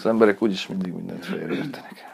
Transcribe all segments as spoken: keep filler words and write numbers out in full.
Az emberek úgyis mindig mindent félreértenek.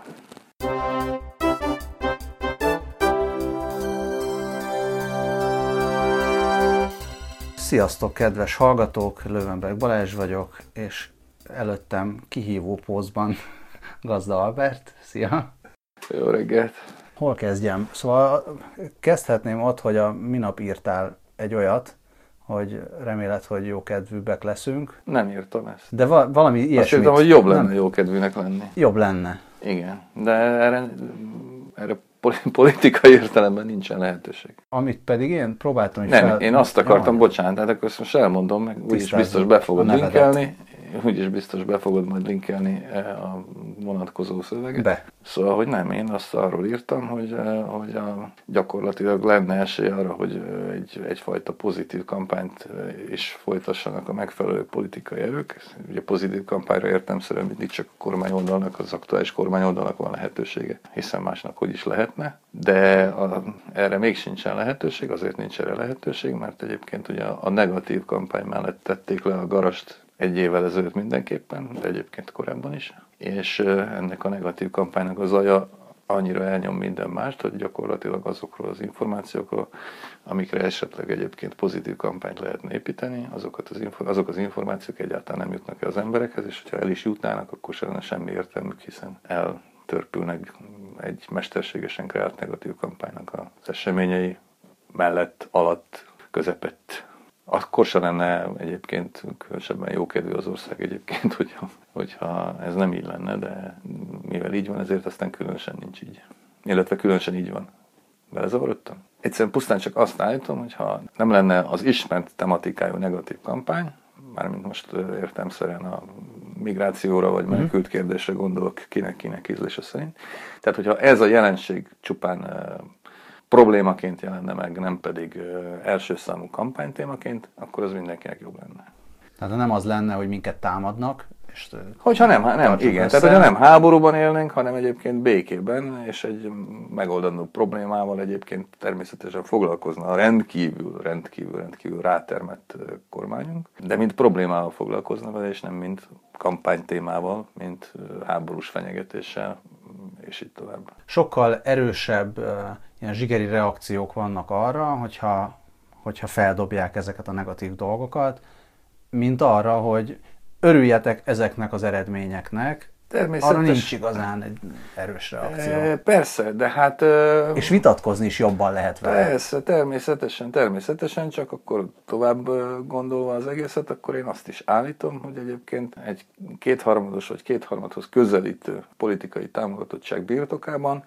Sziasztok, kedves hallgatók! Löwenberg Balázs vagyok, és előttem kihívó pózban Gazda Albert. Szia! Jó reggelt! Hol kezdjem? Szóval kezdhetném ott, hogy a minap írtál egy olyat, hogy reméled, hogy jókedvűbbek leszünk. Nem írtam ezt. De va- valami ilyesmit... Azt írtam, hogy jobb lenne nem... jókedvűnek lenni. Jobb lenne. Igen, de erre, erre politikai értelemben nincsen lehetőség. Amit pedig én próbáltam is Nem, fel... én azt akartam, ja, bocsánat, tehát akkor ezt most elmondom, meg úgyis biztos be fogod linkelni, úgyis biztos be fogod majd linkelni a vonatkozó szöveget. Be. Szóval, hogy nem, én azt arról írtam, hogy, hogy a, gyakorlatilag lenne esély arra, hogy egy, egyfajta pozitív kampányt is folytassanak a megfelelő politikai erők. Ugye pozitív kampányra értelemszerűen mindig csak a kormányoldalnak, az aktuális kormányoldalnak van lehetősége, hiszen másnak hogy is lehetne. De a, erre még sincsen lehetőség, azért nincs erre lehetőség, mert egyébként ugye a negatív kampány mellett tették le a garast egy évvel ezelőtt mindenképpen, de egyébként korábban is. És ennek a negatív kampánynak az aja annyira elnyom minden mást, hogy gyakorlatilag azokról az információkról, amikre esetleg egyébként pozitív kampányt lehetne építeni, azokat az info- azok az információk egyáltalán nem jutnak el az emberekhez, és ha el is jutnának, akkor sem lenne semmi értelmük, hiszen eltörpülnek egy mesterségesen kreált negatív kampánynak az eseményei mellett, alatt, közepett. Akkor se lenne egyébként különösebben jókedvű az ország egyébként, hogyha, hogyha ez nem így lenne, de mivel így van, ezért aztán különösen nincs így. Illetve különösen így van. Belezavarodtam? Egyszerűen pusztán csak azt állítom, hogyha nem lenne az ismert tematikájú negatív kampány, mármint most értelemszerűen a migrációra vagy menekült kérdésre gondolok kinek-kinek ízlése szerint. Tehát, hogyha ez a jelenség csupán problémaként jelenne meg, nem pedig első számú kampánytémaként, akkor az mindenkinek jobb lenne. Tehát nem az lenne, hogy minket támadnak, és... Hogyha nem, nem igen, össze. Tehát hogyha nem háborúban élnénk, hanem egyébként békében, és egy megoldandó problémával egyébként természetesen foglalkozna a rendkívül, rendkívül, rendkívül rátermett kormányunk, de mint problémával foglalkozna vele, és nem mint kampánytémával, mint háborús fenyegetéssel, és így tovább. Sokkal erősebb uh, ilyen zsigeri reakciók vannak arra, hogyha, hogyha feldobják ezeket a negatív dolgokat, mint arra, hogy örüljetek ezeknek az eredményeknek. Arra nincs igazán egy erős reakció. E, persze, de hát... És vitatkozni is jobban lehet vele. Persze, természetesen, természetesen, csak akkor tovább gondolva az egészet, akkor én azt is állítom, hogy egyébként egy kétharmados vagy kétharmadhoz közelítő politikai támogatottság birtokában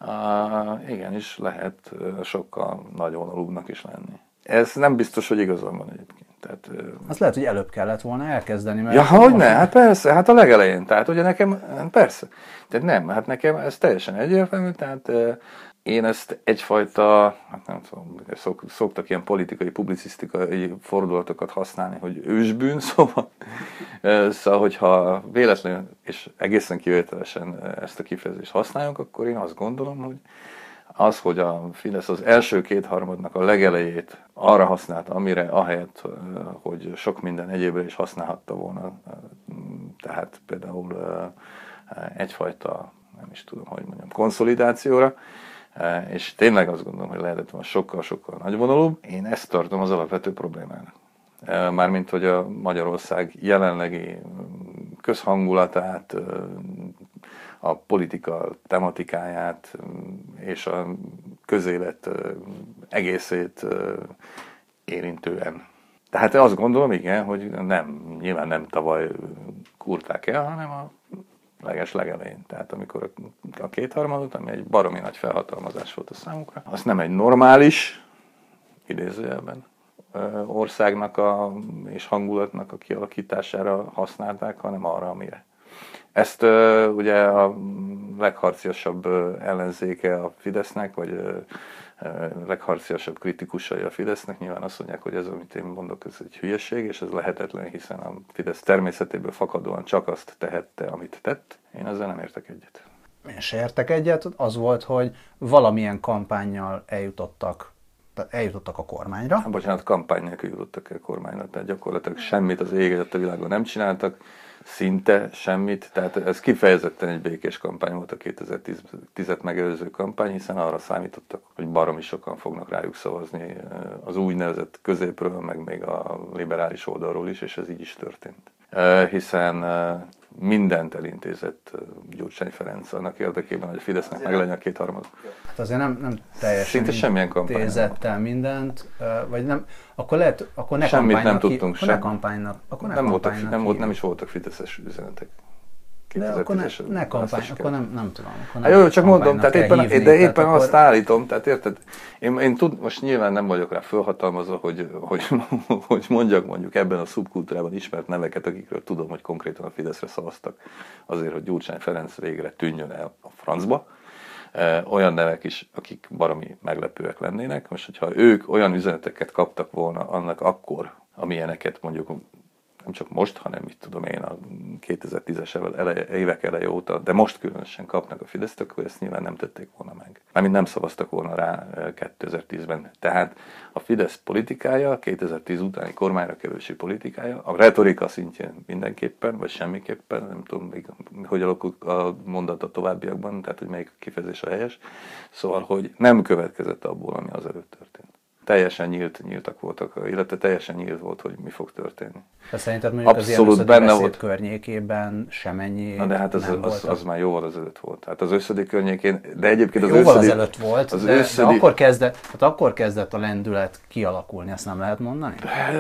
uh, igenis lehet sokkal nagyvonalúbbnak is lenni. Ez nem biztos, hogy igazam van egyébként. Tehát, azt lehet, hogy előbb kellett volna elkezdeni. Mert ja, hogy ne? Hát persze, hát a legelején. Tehát ugye nekem, persze. Tehát nem, hát nekem ez teljesen egyértelmű, tehát én ezt egyfajta, hát nem tudom, szok, szoktak ilyen politikai, publicisztikai fordulatokat használni, hogy ősbűn, szóval, szóval hogyha véletlenül és egészen kivételesen ezt a kifejezést használjuk, akkor én azt gondolom, hogy az, hogy a Fidesz az első kétharmadnak a legelejét arra használta, amire ahelyett, hogy sok minden egyébre is használhatta volna. Tehát például egyfajta, nem is tudom, hogy mondjam, konszolidációra, és tényleg azt gondolom, hogy lehetett volna sokkal-sokkal nagyvonalúbb. Én ezt tartom az alapvető problémának. Mármint, hogy a Magyarország jelenlegi közhangulatát, a politika tematikáját és a közélet egészét érintően. Tehát azt gondolom, igen, hogy nem, nyilván nem tavaly kurták el, hanem a leges legelején. Tehát amikor a kétharmadot, ami egy baromi nagy felhatalmazás volt a számukra, azt nem egy normális, idézőjelben, országnak a, és hangulatnak a kialakítására használták, hanem arra, amire. Ezt uh, ugye a legharciasabb uh, ellenzéke a Fidesznek, vagy uh, uh, legharciasabb kritikusai a Fidesznek nyilván azt mondják, hogy ez, amit én mondok, ez egy hülyeség, és ez lehetetlen, hiszen a Fidesz természetéből fakadóan csak azt tehette, amit tett. Én ezzel nem értek egyet. Én se értek egyet, az volt, hogy valamilyen kampánnyal eljutottak, tehát eljutottak a kormányra. Hát, bocsánat, kampány nélkül jutottak el kormányra, tehát gyakorlatilag semmit az ég egyet a világon nem csináltak. szinte semmit, tehát ez kifejezetten egy békés kampány volt a kétezer-tízet megelőző kampány, hiszen arra számítottak, hogy baromi sokan fognak rájuk szavazni az úgynevezett középről, meg még a liberális oldalról is, és ez így is történt. Hiszen mindent elintézett Gyurcsány Ferenc annak érdekében, hogy a Fidesznek meg legyen a kétharmad. Hát azért nem, nem teljesen szinte semmilyen kampány intézett el mindent, vagy nem, akkor lehet, akkor ne semmit kampánynak, nem tudtunk, akkor ne kampánynak, akkor ne nem, kampánynak voltak, nem, volt, nem is voltak fideszes üzenetek. De akkor ne, ne kampány, akkor nem, nem tudom. Akkor nem hát jó, csak mondom, tehát éppen, hívni, de éppen tehát azt akkor... állítom, tehát érted? Én, én tud, most nyilván nem vagyok rá fölhatalmazva, hogy, hogy, hogy mondjak mondjuk ebben a szubkultúrában ismert neveket, akikről tudom, hogy konkrétan a Fideszre szavaztak azért, hogy Gyurcsány Ferenc végre tűnjön el a francba. Olyan nevek is, akik baromi meglepőek lennének. Most, hogyha ők olyan üzeneteket kaptak volna annak akkor, amilyeneket mondjuk nem csak most, hanem mit tudom én a kétezer-tízes eleje, évek eleje óta, de most különösen kapnak a Fideszt, akkor ezt nyilván nem tették volna meg. Mármint nem szavaztak volna rá kétezer-tízben. Tehát a Fidesz politikája, kétezer-tíz utáni kormányra kerülési politikája, a retorika szintjén mindenképpen, vagy semmiképpen, nem tudom még, hogy alakul a mondat a továbbiakban, tehát hogy melyik kifejezés a helyes. Szóval, hogy nem következett abból, ami azelőtt történt. Teljesen nyílt, nyíltak voltak, illetve teljesen nyílt volt, hogy mi fog történni. De szerinted mondjuk abszolút az ilyen benne beszéd volt környékén semennyi. Na de hát az, nem az, az már jóval azelőtt volt. Hát az összödi környékén, de egyébként az jóval összödi... azelőtt volt, az de, összödi... de akkor, kezdett, hát akkor kezdett a lendület kialakulni, ezt nem lehet mondani?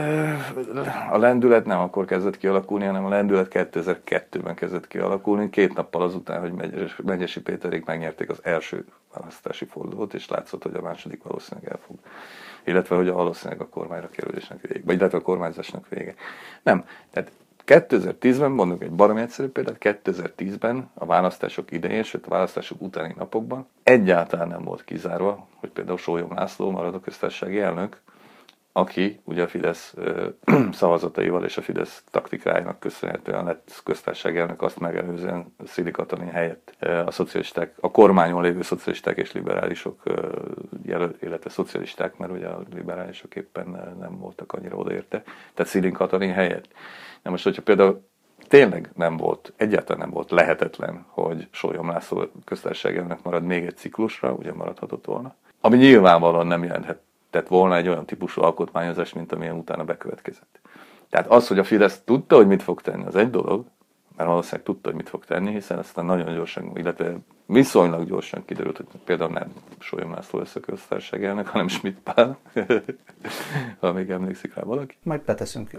A lendület nem akkor kezdett kialakulni, hanem a lendület kétezer-kettőben kezdett kialakulni, két nappal azután, hogy Mengyesi Péterék megnyerték az első választási fordulót, és látszott, hogy a második valószínűleg el fog. Illetve, hogy a valószínűleg a kormányra kerülésnek vége, vagy illetve a kormányzásnak vége. Nem. Tehát kétezer-tízben, mondjuk egy baromi egyszerű példát, kétezer-tízben a választások idején, sőt a választások utáni napokban egyáltalán nem volt kizárva, hogy például Sólyom László marad a köztársasági elnök, aki ugye a Fidesz szavazataival és a Fidesz taktikájának köszönhetően lett köztársasági elnök, azt megelőzően Szili Katalin helyett a szocialisták, a kormányon lévő szocialisták és liberálisok, illetve szocialisták, mert ugye a liberálisok éppen nem voltak annyira odaérte, tehát Szili Katalin helyett. Na most, hogyha például tényleg nem volt, egyáltalán nem volt lehetetlen, hogy Sólyom László köztársasági elnök marad még egy ciklusra, ugye maradhatott volna, ami nyilvánvalóan nem jelenthet tehát volna egy olyan típusú alkotmányozás, mint amilyen utána bekövetkezett. Tehát az, hogy a Fidesz tudta, hogy mit fog tenni, az egy dolog, mert valószínűleg tudta, hogy mit fog tenni, hiszen aztán nagyon gyorsan, illetve viszonylag gyorsan kiderült, hogy például nem Sólyom László lesz a köztársasági elnök, hanem Schmidt Pál, ha még emlékszik rá valaki. Majd beteszünk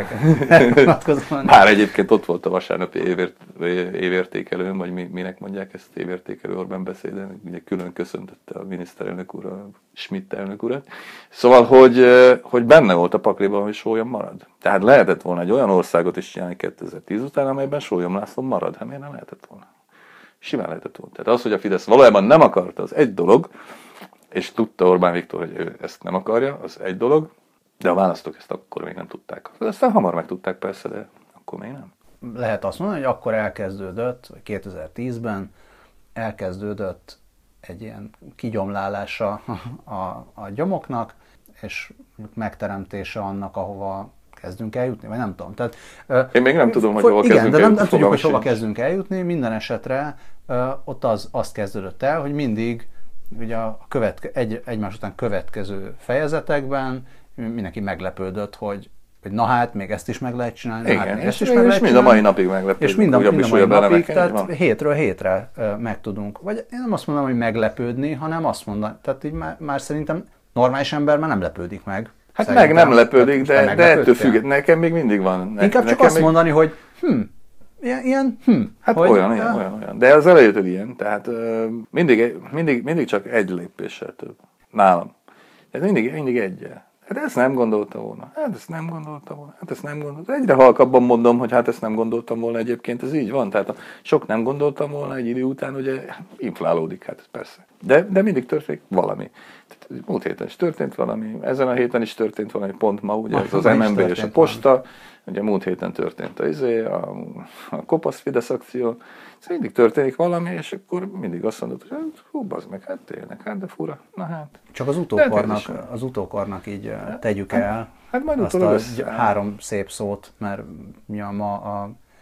linkeket. Már egyébként ott volt a vasárnapi évért, évértékelőn, vagy mi, minek mondják ezt, évértékelő Orbán beszéden, ugye külön köszöntötte a miniszterelnök úr, a Schmidt elnök urat. Szóval, hogy, hogy benne volt a pakliban, hogy Sólyom marad. Tehát lehetett volna egy olyan országot is csinálni kétezer-tíz után, amelyben Sólyom László marad. Hát miért nem lehetett volna? Simán lehetett volna. Tehát az, hogy a Fidesz valójában nem akarta, az egy dolog, és tudta Orbán Viktor, hogy ő ezt nem akarja, az egy dolog, de a választók ezt akkor még nem tudták. Aztán hamar megtudták persze, de akkor még nem. Lehet azt mondani, hogy akkor elkezdődött, vagy kétezer-tízben elkezdődött egy ilyen kigyomlálása a, a gyomoknak, és megteremtése annak, ahova kezdünk eljutni, vagy nem tudom. Tehát, Én még nem tudom, hogy hova igen, kezdünk de nem, eljutni. nem tudjuk, hogy hova kezdünk eljutni. Minden esetre ott az, azt kezdődött el, hogy mindig ugye a követke, egy, egymás után következő fejezetekben mindenki meglepődött, hogy, hogy na hát, még ezt is meg lehet csinálni. Igen, hát, még és, ezt is és, meg és lehet mind a mai napig meglepődünk. És mind a, mind a mai napig, tehát van. hétről hétre meg tudunk. Vagy én nem azt mondom, hogy meglepődni, hanem azt mondani. Tehát így már, már szerintem normális ember már nem lepődik meg. Hát Szerintem, meg nem lepődik, de, de ettől függetlenül nekem még mindig van. Ne, Inkább csak azt még... mondani, hogy hm, ilyen, ilyen hm. Hát hogy, olyan, olyan, olyan, olyan. De az elejétől ilyen, tehát uh, mindig, mindig, mindig csak egy lépéssel több. Nálam. Ez mindig, mindig egyel. Hát ezt nem gondolta volna. Hát ezt nem gondolta volna. Hát ezt nem gondolta. Egyre halkabban mondom, hogy hát ezt nem gondoltam volna egyébként, ez így van. Tehát a sok nem gondoltam volna egy idő után, ugye inflálódik, hát ez persze. De, de mindig történik valami. Tehát, múlt héten is történt valami, ezen a héten is történt valami, pont ma, ugye ez az em en bé és a posta, valami. Ugye múlt héten történt a, a, a kopasz Fidesz akció, ez mindig történik valami, és akkor mindig azt mondod, hogy hú, bazd meg, hát tényleg, hát de fura, na hát. Csak az utókornak, az utókornak így tegyük el hát majd azt a össze. három szép szót, mert ja, ma a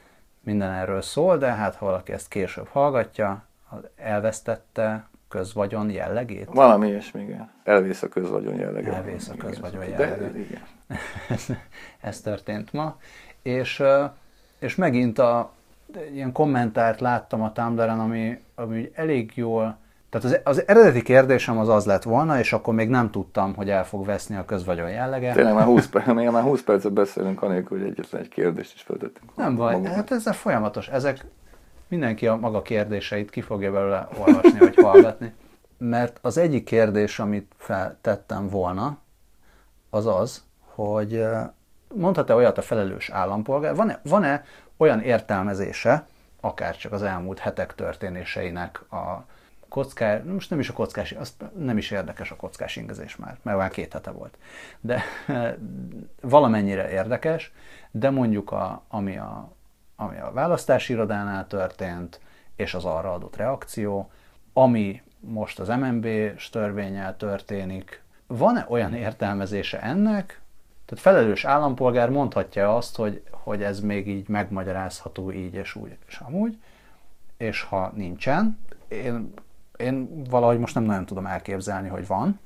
minden erről szól, de hát ha valaki ezt később hallgatja, elvesztette közvagyon jellegét. Valami ilyesmi, igen. Elvész a közvagyon jellege. Elvész a közvagyon jellege. De, igen. ez, ez történt ma. És, és megint a, ilyen kommentárt láttam a Tumblr-en, ami, ami elég jól... Tehát az, az eredeti kérdésem az az lett volna, és akkor még nem tudtam, hogy el fog veszni a közvagyon jellege. Tényleg már húsz, perc, még már húsz percet beszélünk, anélkül, hogy egyetlen egy kérdést is föltettünk. Nem baj, maguknak. Hát ez folyamatos. Ezek mindenki a maga kérdéseit ki fogja belőle olvasni, vagy hallgatni. Mert az egyik kérdés, amit feltettem volna, az az, hogy mondhat-e olyat a felelős állampolgár, van-e, van-e olyan értelmezése, akár csak az elmúlt hetek történéseinek a kockás, most nem is a kockás, azt nem is érdekes a kockás ingezés már, mert már két hete volt. De valamennyire érdekes, de mondjuk a, ami, a, ami a választási irodánál történt, és az arra adott reakció, ami most az em en bé-s törvénnyel történik, van-e olyan értelmezése ennek? Tehát felelős állampolgár mondhatja azt, hogy, hogy ez még így megmagyarázható így és úgy és amúgy, és ha nincsen, én, én valahogy most nem nagyon tudom elképzelni, hogy van,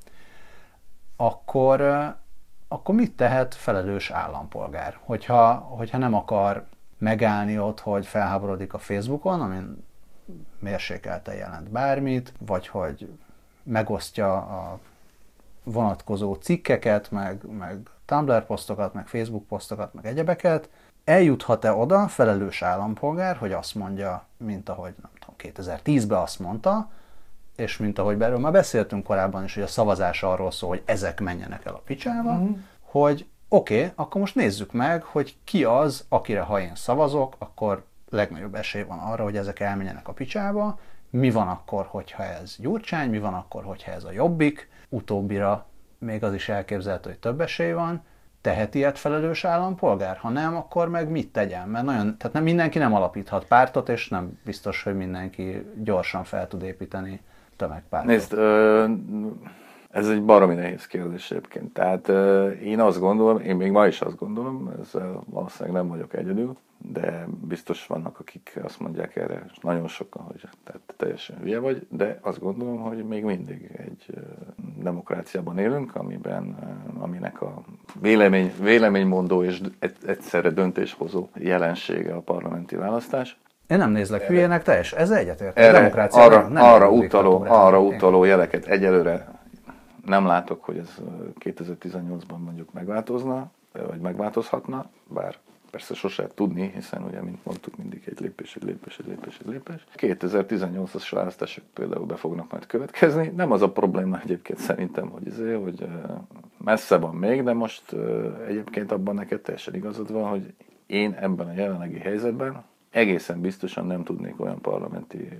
akkor, akkor mit tehet felelős állampolgár? Hogyha, hogyha nem akar megállni ott, hogy felháborodik a Facebookon, amin mérsékelten jelent bármit, vagy hogy megosztja a vonatkozó cikkeket, meg, meg Tumblr posztokat, meg Facebook posztokat, meg egyebeket, eljuthat-e oda felelős állampolgár, hogy azt mondja, mint ahogy nem tudom, kétezer-tízben azt mondta, és mint ahogy erről már beszéltünk korábban is, hogy a szavazás arról szól, hogy ezek menjenek el a picsába, mm. hogy oké, okay, akkor most nézzük meg, hogy ki az, akire ha én szavazok, akkor legnagyobb esély van arra, hogy ezek elmenjenek a picsába. Mi van akkor, hogyha ez Gyurcsány, mi van akkor, hogyha ez a Jobbik, utóbbira még az is elképzelhető, hogy több esély van. Tehet ilyet felelős állampolgár? Ha nem, akkor meg mit tegyen? Mert nagyon, tehát nem, mindenki nem alapíthat pártot, és nem biztos, hogy mindenki gyorsan fel tud építeni tömegpártot. Nézd, ez egy baromi nehéz kérdés egyébként. Tehát én azt gondolom, én még ma is azt gondolom, ezzel valószínűleg nem vagyok egyedül, de biztos vannak, akik azt mondják erre, és nagyon sokan, hogy tehát teljesen hülye vagy, de azt gondolom, hogy még mindig egy demokráciában élünk, amiben, aminek a vélemény, véleménymondó és egyszerre döntéshozó jelensége a parlamenti választás. Én nem nézlek hülyének, teljes, ez egyetért. Arra, nem arra, utaló, arra utaló jeleket egyelőre nem látok, hogy ez kétezer-tizennyolcban mondjuk megváltozna, vagy megváltozhatna, bár persze sose tudni, hiszen ugye, mint mondtuk, mindig egy lépés, egy lépés, egy lépés, egy lépés. kétezer-tizennyolcas választások például be fognak majd következni. Nem az a probléma egyébként szerintem, hogy, azért, hogy messze van még, de most egyébként abban neked teljesen igazad van, hogy én ebben a jelenlegi helyzetben egészen biztosan nem tudnék olyan parlamenti,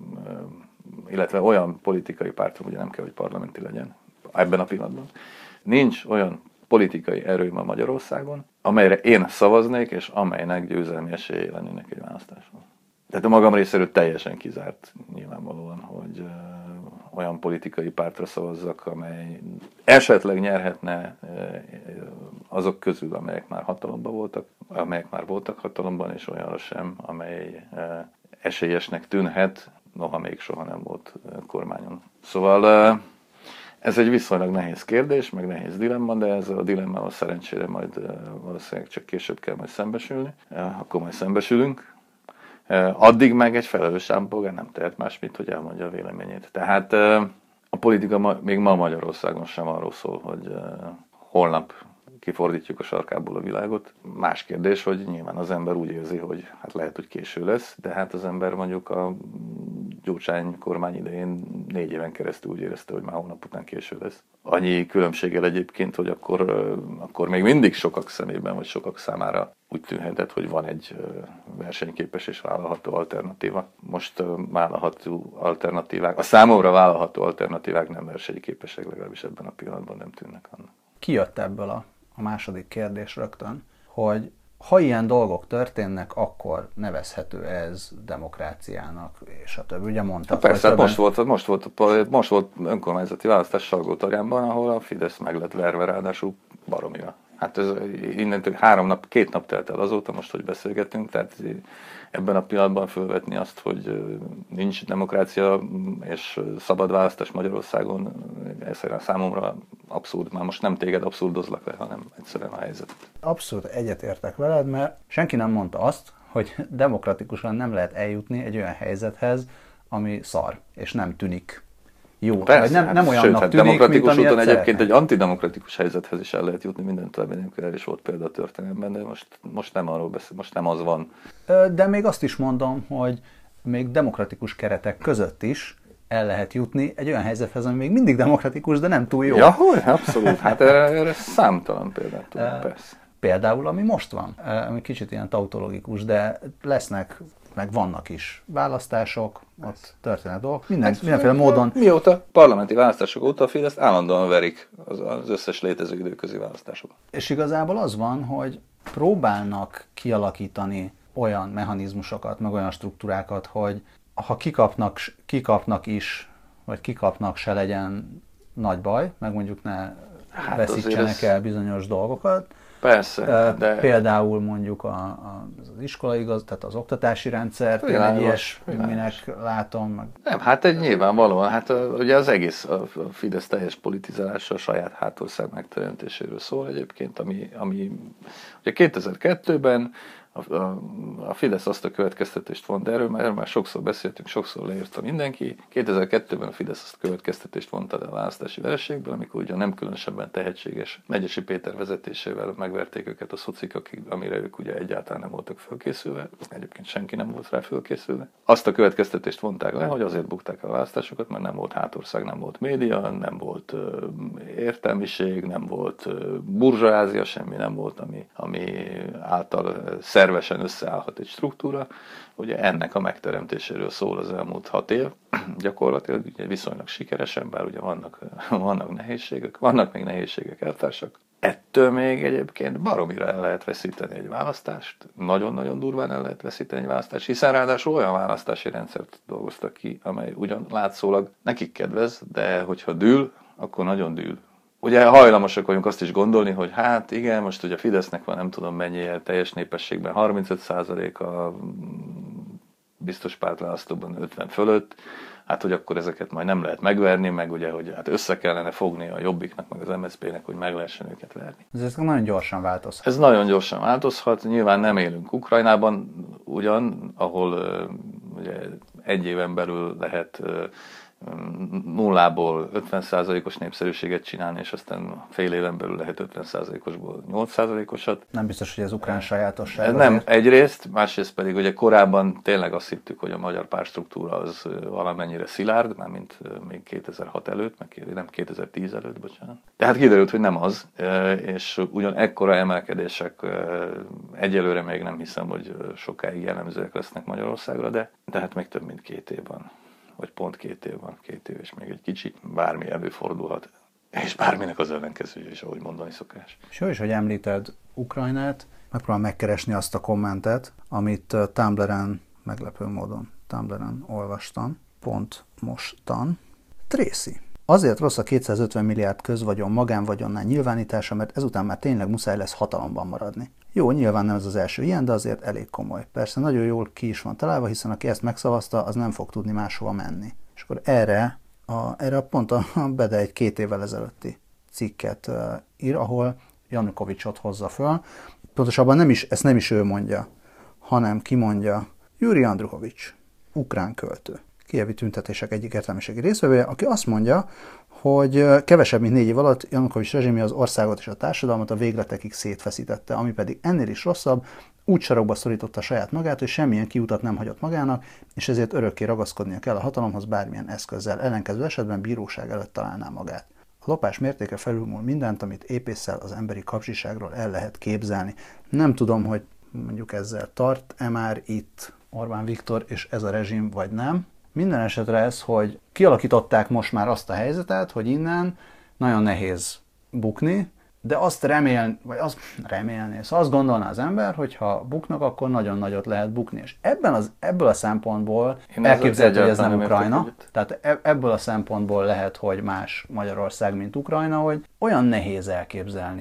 illetve olyan politikai pártra, ugye nem kell, hogy parlamenti legyen ebben a pillanatban. Nincs olyan politikai erő ma Magyarországon, amelyre én szavaznék, és amelynek győzelmi esélye lennének egy választáson. Tehát a magam részéről teljesen kizárt nyilvánvalóan, hogy ö, olyan politikai pártra szavazzak, amely esetleg nyerhetne ö, azok közül, amelyek már hatalomban voltak, amelyek már voltak hatalomban, és olyanra sem, amely ö, esélyesnek tűnhet, noha még soha nem volt ö, kormányon. Szóval ö, ez egy viszonylag nehéz kérdés, meg nehéz dilemma, de ezzel a dilemmával szerencsére majd uh, valószínűleg csak később kell majd szembesülni. Uh, akkor majd szembesülünk. Uh, addig meg egy felelős állampolgár nem tehet más, mint hogy elmondja a véleményét. Tehát uh, a politika ma, még ma Magyarországon sem arról szól, hogy uh, holnap kifordítjuk a sarkából a világot. Más kérdés, hogy nyilván az ember úgy érzi, hogy hát lehet, hogy késő lesz, de hát az ember mondjuk a Gyurcsány kormány idején négy éven keresztül úgy érezte, hogy már hónap után késő lesz. Annyi különbséggel egyébként, hogy akkor, akkor még mindig sokak szemében, vagy sokak számára úgy tűnhetett, hogy van egy versenyképes és vállalható alternatíva. Most vállalható alternatívák, a számomra vállalható alternatívák nem versenyképesek, legalábbis ebben a pillanatban nem tűnnek annak. Kijött ebből a, a második kérdés rögtön, hogy ha ilyen dolgok történnek, akkor nevezhető ez demokráciának, és a többi. Ugye mondtad, persze, többen... most, volt, most, volt, most volt önkormányzati választás Salgótarjánban, ahol a Fidesz meg lett verve, ráadásul baromira. Hát ez innentől három nap, két nap telt el azóta, most, hogy beszélgetünk, tehát ebben a pillanatban fölvetni azt, hogy nincs demokrácia és szabad választás Magyarországon, ez számomra abszurd. Már most nem téged abszurdozlak le, hanem egyszerűen a helyzet. Abszolút egyetértek veled, mert senki nem mondta azt, hogy demokratikusan nem lehet eljutni egy olyan helyzethez, ami szar, és nem tűnik jó. Persze, vagy nem, hát, nem olyannak sőt, hát tűnik, demokratikus mint úton egyébként szeretnek. egy antidemokratikus helyzethez is el lehet jutni, mindent amikor el is volt példa a történelemben, de most, most nem arról beszél, most nem az van. De még azt is mondom, hogy még demokratikus keretek között is el lehet jutni egy olyan helyzethez, ami még mindig demokratikus, de nem túl jó. Ja, hogy? Abszolút. Hát erre, erre számtalan példát tudom, persze. Például, ami most van, ami kicsit ilyen tautológikus, de lesznek, meg vannak is választások, ott történnek dolgok, minden, hát, mindenféle módon. Mióta? Parlamenti választások óta a Fideszt állandóan verik az, az összes létező időközi választásokat. És igazából az van, hogy próbálnak kialakítani olyan mechanizmusokat, meg olyan struktúrákat, hogy ha kikapnak, kikapnak is, vagy kikapnak se legyen nagy baj, meg mondjuk ne hát veszítsenek ez... el bizonyos dolgokat. Persze, de... Például mondjuk a, a, az iskolai, tehát az oktatási rendszert, én egy ilyesminek látom. Meg... Nem, hát egy nyilvánvalóan, hát ugye az egész a Fidesz teljes politizálása a saját hátország megteremtéséről szól egyébként, ami, ami ugye kétezer-kettőben A, a, a Fidesz azt a következtetést vont, erről már, erről már sokszor beszéltünk, sokszor leírta mindenki. kétezer-kettőben a Fidesz azt a következtetést vonta a választási vereségből, amikor ugye nem különösebben tehetséges Megyesi Péter vezetésével megverték őket a szocik, akik, amire ők ugye egyáltalán nem voltak fölkészülve, egyébként senki nem volt rá fölkészülve. Azt a következtetést vonták le, hogy azért bukták a választásokat, mert nem volt hátország, nem volt média, nem volt uh, értelmiség, nem volt uh, burzsóázia, semmi nem volt, ami, ami által uh, szervesen összeállhat egy struktúra. Ugye ennek a megteremtéséről szól az elmúlt hat év, gyakorlatilag ugye viszonylag sikeresen, bár ugye vannak, vannak nehézségek, vannak még nehézségek, eltársak. Ettől még egyébként baromira el lehet veszíteni egy választást, nagyon-nagyon durván el lehet veszíteni egy választást, hiszen ráadásul olyan választási rendszert dolgoztak ki, amely ugyan látszólag nekik kedvez, de hogyha dől, akkor nagyon dől. Ugye hajlamosak vagyunk azt is gondolni, hogy hát igen, most ugye a Fidesznek van nem tudom mennyi teljes népességben harmincöt százalék, a biztos pártválasztóban ötven fölött, hát hogy akkor ezeket majd nem lehet megverni, meg ugye, hogy hát össze kellene fogni a Jobbiknak, meg az em es zé pének, hogy meg lehessen őket verni. Ez nagyon gyorsan változhat. Ez nagyon gyorsan változhat, nyilván nem élünk Ukrajnában ugyan, ahol ugye egy éven belül lehet nullából ötven százalékos népszerűséget csinálni, és aztán fél éven belül lehet ötven százalékosból nyolc százalékosat. Nem biztos, hogy ez ukrán sajátosság. Nem, azért. Egyrészt, másrészt pedig ugye korábban tényleg azt hittük, hogy a magyar pártstruktúra az valamennyire szilárd, mármint még kétezer-hat előtt, meg nem kétezer-tíz előtt, bocsánat. Tehát kiderült, hogy nem az, és ugyan ekkora emelkedések egyelőre még nem hiszem, hogy sokáig jellemzőek lesznek Magyarországra, de, de hát még több mint két év van. Vagy pont két év van, két év és még egy kicsi, bármi előfordulhat, és bárminek az ellenkezője is, ahogy mondani szokás. És jó is, hogy említed Ukrajnát, megpróbálom megkeresni azt a kommentet, amit Tumblr-en, meglepő módon Tumblr-en olvastam, pont mostan. Tracy. Azért rossz a kétszázötven milliárd közvagyon magánvagyonnál nyilvánítása, mert ezután már tényleg muszáj lesz hatalomban maradni. Jó, nyilván nem ez az első ilyen, de azért elég komoly. Persze nagyon jól ki is van találva, hiszen aki ezt megszavazta, az nem fog tudni máshova menni. És akkor erre a, erre a pont a Bede egy két évvel ezelőtti cikket uh, ír, ahol Janukovicsot hozza föl. Pontosabban nem is, ezt nem is ő mondja, hanem kimondja Júrij Andruhovics, ukrán költő, kijevi tüntetések egyik értelmiségi részvevője, aki azt mondja, hogy kevesebb, mint négy év alatt Janukovics rezsimje az országot és a társadalmat a végletekig szétfeszítette, ami pedig ennél is rosszabb, úgy sarokba szorította saját magát, hogy semmilyen kiutat nem hagyott magának, és ezért örökké ragaszkodnia kell a hatalomhoz bármilyen eszközzel, ellenkező esetben bíróság előtt találná magát. A lopás mértéke felülmúl mindent, amit épésszel az emberi kapcsiságról el lehet képzelni. Nem tudom, hogy mondjuk ezzel tart-e már itt Orbán Viktor és ez a rezsim, vagy nem. Minden esetre ez, hogy kialakították most már azt a helyzetet, hogy innen nagyon nehéz bukni, de azt remélni, vagy azt remélni, szóval azt gondolná az ember, hogy ha buknak, akkor nagyon nagyot lehet bukni. És ebben az, ebből a szempontból elképzelhető, hogy ez nem Ukrajna. Tehát ebből a szempontból lehet, hogy más Magyarország, mint Ukrajna, hogy olyan nehéz elképzelni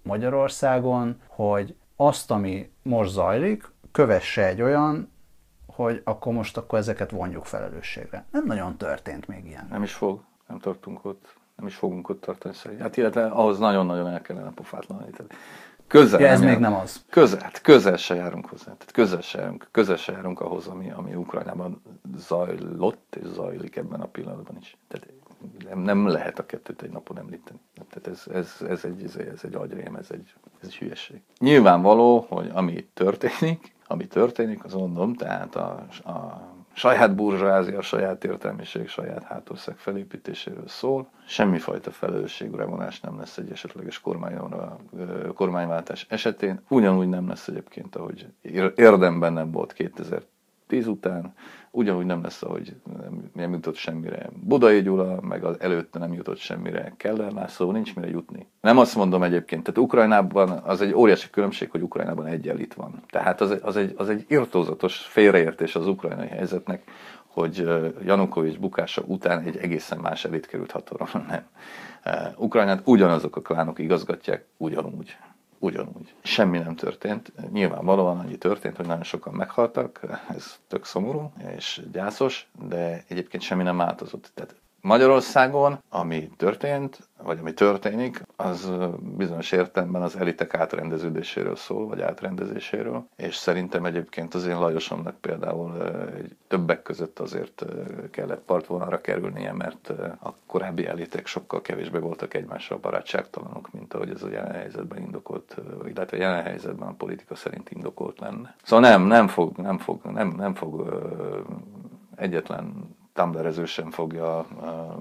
Magyarországon, hogy azt, ami most zajlik, kövesse egy olyan, hogy akkor most akkor ezeket vonjuk felelősségre. Nem nagyon történt még ilyen. Nem is fog, nem tartunk ott, nem is fogunk ott tartani szerint. Hát illetve ahhoz nagyon-nagyon el kellene pofátlanítani. Közel ja, ez nem még jár, nem az. Közel, hát közel se járunk hozzá. Tehát közel se járunk, közel se járunk ahhoz, ami, ami Ukrajnában zajlott és zajlik ebben a pillanatban is. Tehát nem, nem lehet a kettőt egy napon említeni. Tehát ez, ez, ez, egy, ez, ez egy agyrém, ez egy, ez egy hülyeség. Nyilvánvaló, hogy ami történik, ami történik, az mondom, tehát a, a saját burzsázia, a saját értelmiség, saját hátország felépítéséről szól. Semmifajta felelősségre nem lesz egy esetleges kormányváltás esetén. Ugyanúgy nem lesz egyébként, ahogy érdemben nem volt kétezer-tíz után, ugyanúgy nem lesz, ahogy nem, nem jutott semmire Budai Gyula, meg az előtte nem jutott semmire Keller László, nincs mire jutni. Nem azt mondom egyébként, tehát Ukrajnában az egy óriási különbség, hogy Ukrajnában egy elit van. Tehát az, az, egy, az egy irtózatos félreértés az ukrajnai helyzetnek, hogy Janukovics bukása után egy egészen más elit került hatalomra. Nem. Ukrajnát ugyanazok a klánok igazgatják, ugyanúgy. Ugyanúgy. Semmi nem történt. Nyilvánvalóan annyi történt, hogy nagyon sokan meghaltak, ez tök szomorú és gyászos, de egyébként semmi nem változott. Tehát Magyarországon, ami történt, vagy ami történik, az bizonyos értelemben az elitek átrendeződéséről szól, vagy átrendezéséről, és szerintem egyébként az én Lajosomnak például többek között azért kellett partvonalra kerülnie, mert a korábbi elitek sokkal kevésbé voltak egymással barátságtalanok, mint ahogy ez a jelen helyzetben indokolt, illetve jelen helyzetben a politika szerint indokolt lenne. Szóval nem, nem fog, nem fog, nem, nem fog egyetlen tumblerező sem fogja uh,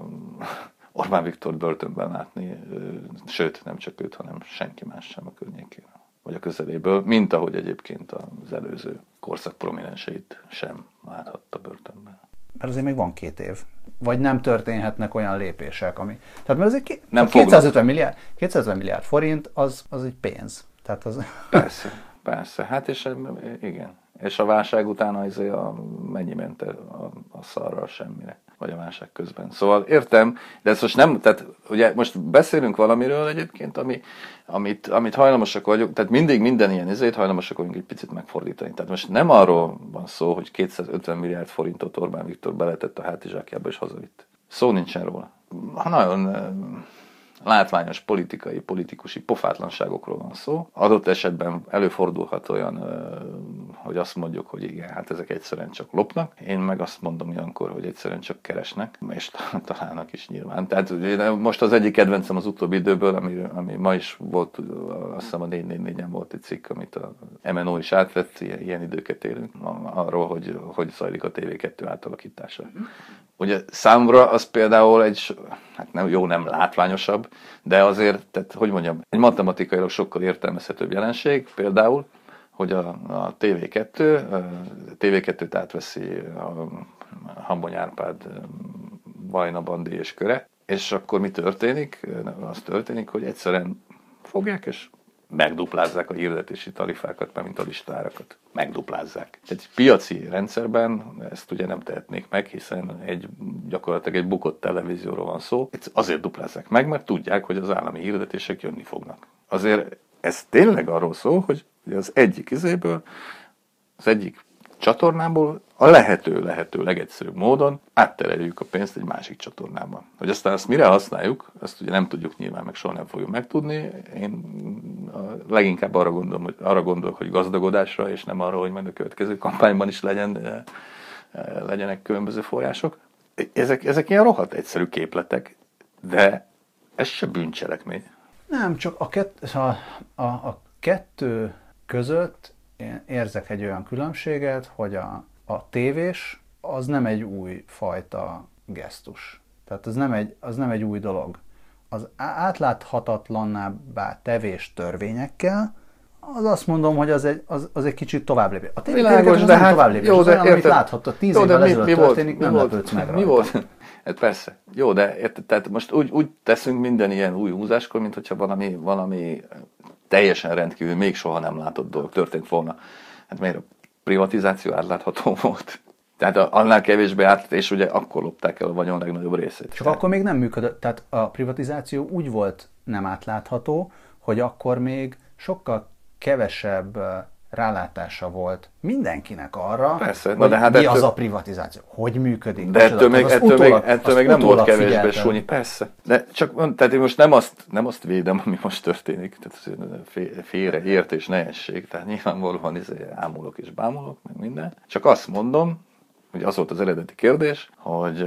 Orbán Viktor börtönben látni, uh, sőt, nem csak őt, hanem senki más sem a környékén, vagy a közeléből, mint ahogy egyébként az előző korszak prominenseit sem láthatta börtönben. Mert azért még van két év. Vagy nem történhetnek olyan lépések, ami... Tehát mert azért nem kétszázötven milliárd, kétszázötven milliárd forint, az, az egy pénz. Tehát az... Persze, persze. Hát és igen. És a válság után az a mennyi ment a, a szarra semmire, vagy a válság közben. Szóval értem, de ez most nem, tehát ugye most beszélünk valamiről egyébként, ami, amit, amit hajlamosak vagyunk, tehát mindig minden ilyen izét hajlamosak vagyunk egy picit megfordítani. Tehát most nem arról van szó, hogy kétszázötven milliárd forintot Orbán Viktor beletett a hátizsákjába és hazavitt. Szó nincsen róla. Ha nagyon látványos politikai, politikusi pofátlanságokról van szó. Adott esetben előfordulhat olyan, hogy azt mondjuk, hogy igen, hát ezek egyszerűen csak lopnak. Én meg azt mondom ilyenkor, hogy egyszerűen csak keresnek, és találnak is nyilván. Tehát most az egyik kedvencem az utóbbi időből, ami, ami ma is volt, azt hiszem a négy négy négyen volt egy cikk, amit a em en o is átvett, ilyen, ilyen időket élünk, arról, hogy hogy zajlik a té vé kettő átalakítása. Ugye számomra az például egy, hát nem, jó, nem látványosabb, de azért, tehát hogy mondjam, egy matematikailag sokkal értelmezhetőbb jelenség, például, hogy a, a té vé kettő, a té vé kettőt átveszi a Hambony Árpád, Vajna Bandi és köre, és akkor mi történik? Az történik, hogy egyszerűen fogják és megduplázzák a hirdetési tarifákat, mint a listárakat. Megduplázzák. Egy piaci rendszerben ezt ugye nem tehetnék meg, hiszen egy, gyakorlatilag egy bukott televízióról van szó. Azért duplázzák meg, mert tudják, hogy az állami hirdetések jönni fognak. Azért ez tényleg arról szól, hogy az egyik izéből, az egyik csatornából a lehető, lehető legegyszerűbb módon áttereljük a pénzt egy másik csatornában. Hogy aztán azt mire használjuk, azt ugye nem tudjuk nyilván, meg soha nem fogjuk megtudni. Én leginkább arra gondolom, hogy, arra gondolok, hogy gazdagodásra, és nem arra, hogy majd a következő kampányban is legyen, legyenek különböző források. Ezek, ezek ilyen rohadt egyszerű képletek, de ez se bűncselekmény. Nem, csak a, kett, a, a, a kettő között én érzek egy olyan különbséget, hogy a, a tévés az nem egy új fajta gesztus. Tehát az nem egy, az nem egy új dolog. Az átláthatatlanná tevés törvényekkel, az azt mondom, hogy az egy, az, az egy kicsit tovább lépés. A tévéket az nem hát, tovább lépés. Jó, de olyan, amit láthatta tíz évvel ezelőtt történik, mi nem lepődsz meg rajta. Mi volt? Hát persze. Jó, de érted, tehát most úgy, úgy teszünk minden ilyen új húzáskor, mint hogyha valami, valami teljesen rendkívül, még soha nem látott dolog történt volna. Hát miért a privatizáció átlátható volt? Tehát annál kevésbé át, és ugye akkor lopták el a vagyon legnagyobb részét. Csak tehát akkor még nem működött. Tehát a privatizáció úgy volt nem átlátható, hogy akkor még sokkal kevesebb rálátása volt mindenkinek arra, Persze, hogy na de hát mi ettől, az a privatizáció, hogy működik. De ettől még, ettől utólag, még, ettől még nem volt kevésbé figyeltem. súnyi, persze. De csak, tehát én most nem azt, nem azt védem, ami most történik, tehát félreértés, nehézség, tehát nyilvánvalóan izé ámulok és bámulok, meg minden. Csak azt mondom, hogy az volt az eredeti kérdés, hogy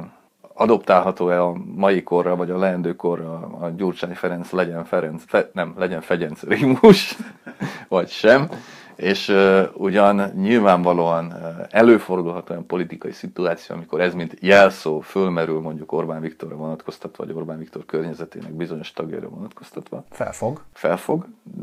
adoptálható-e a mai korra, vagy a leendő korra a Gyurcsány Ferenc legyen Ferenc, fe, nem, legyen Fegyenc Rémus, vagy sem. És uh, ugyan nyilvánvalóan uh, előfordulhat olyan politikai szituáció, amikor ez mint jelszó fölmerül mondjuk Orbán Viktorra vonatkoztatva, vagy Orbán Viktor környezetének bizonyos tagjára vonatkoztatva. Felfog. Felfog,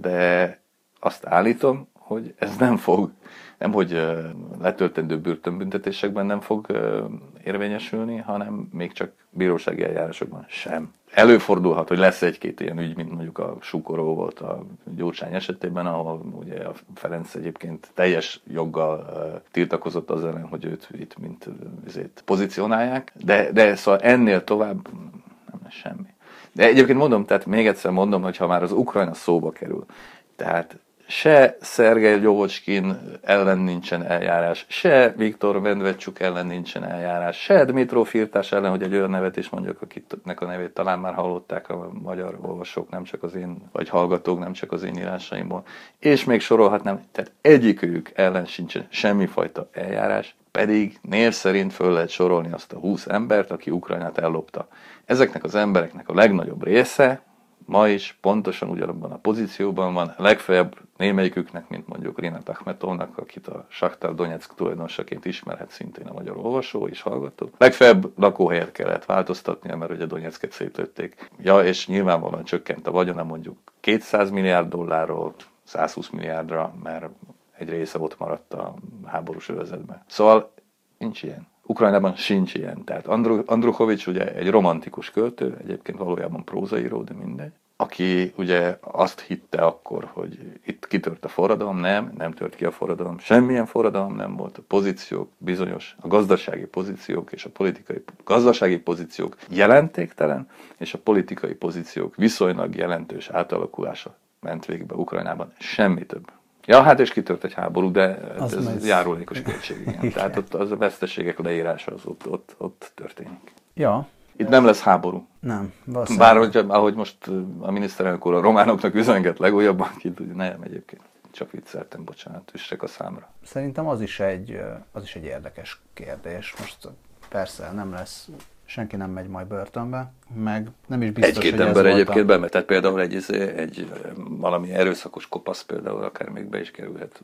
de azt állítom, hogy ez nem fog, nem hogy uh, letöltendő börtönbüntetésekben nem fog uh, érvényesülni, hanem még csak bírósági eljárásokban sem. Előfordulhat, hogy lesz egy-két ilyen ügy, mint mondjuk a Sukoró volt a Gyurcsány esetében, ahol ugye a Ferenc egyébként teljes joggal uh, tiltakozott az ellen, hogy őt itt mint ezért pozícionálják, de, de szóval ennél tovább nem lesz semmi. De egyébként mondom, tehát még egyszer mondom, hogy ha már az Ukrajna szóba kerül, tehát se Szergej Ljovocskin ellen nincsen eljárás, se Viktor Medvedcsuk ellen nincsen eljárás, se Dmytro Firtás ellen, hogy egy olyan nevet is mondjak, akiknek a nevét talán már hallották a magyar olvasók, nem csak az én, vagy hallgatók, nem csak az én írásaimból. És még sorolhatnám, tehát egyikük ellen sincsen semmifajta eljárás, pedig név szerint föl lehet sorolni azt a húsz embert, aki Ukrajnát ellopta. Ezeknek az embereknek a legnagyobb része ma is pontosan ugyanabban a pozícióban van, legfeljebb némelyiküknek, mint mondjuk Rinat Akhmetovnak, akit a Sakhtar Donetsk tulajdonosaként ismerhet szintén a magyar olvasó és hallgató. Legfeljebb lakóhelyet kellett változtatnia, mert ugye Donetsket szétlőtték. Ja, és nyilvánvalóan csökkent a vagyona mondjuk kétszáz milliárd dollárról százhúsz milliárdra, mert egy része ott maradt a háborús övezetben. Szóval nincs ilyen. Ukrajnában sincs ilyen. Tehát Andruchovics ugye egy romantikus költő, egyébként valójában prózaíró, de mindegy, aki ugye azt hitte akkor, hogy itt kitört a forradalom, nem, nem tört ki a forradalom, semmilyen forradalom nem volt, a pozíciók bizonyos, a gazdasági pozíciók és a politikai, gazdasági pozíciók jelentéktelen, és a politikai pozíciók viszonylag jelentős átalakulása ment végbe Ukrajnában, semmi több. Ja, hát és kitört egy háború, de az ez ez járulékos költség. Igen. Tehát ott az a veszteségek leírása az ott, ott, ott történik. Ja. Itt nem lesz háború. Nem. Bár hogy, ahogy most a miniszterelnök úr a románoknak üzenget legújabban, hogy nem egyébként. Csak vicceltem, bocsánat, üssek a számra. Szerintem az is egy, az is egy érdekes kérdés. Most persze nem lesz, senki nem megy majd börtönbe, meg nem is biztos, Egy-két hogy ember ez egyébként volt a... bemegy, tehát például egy, egy valami erőszakos kopasz például akár még be is kerülhet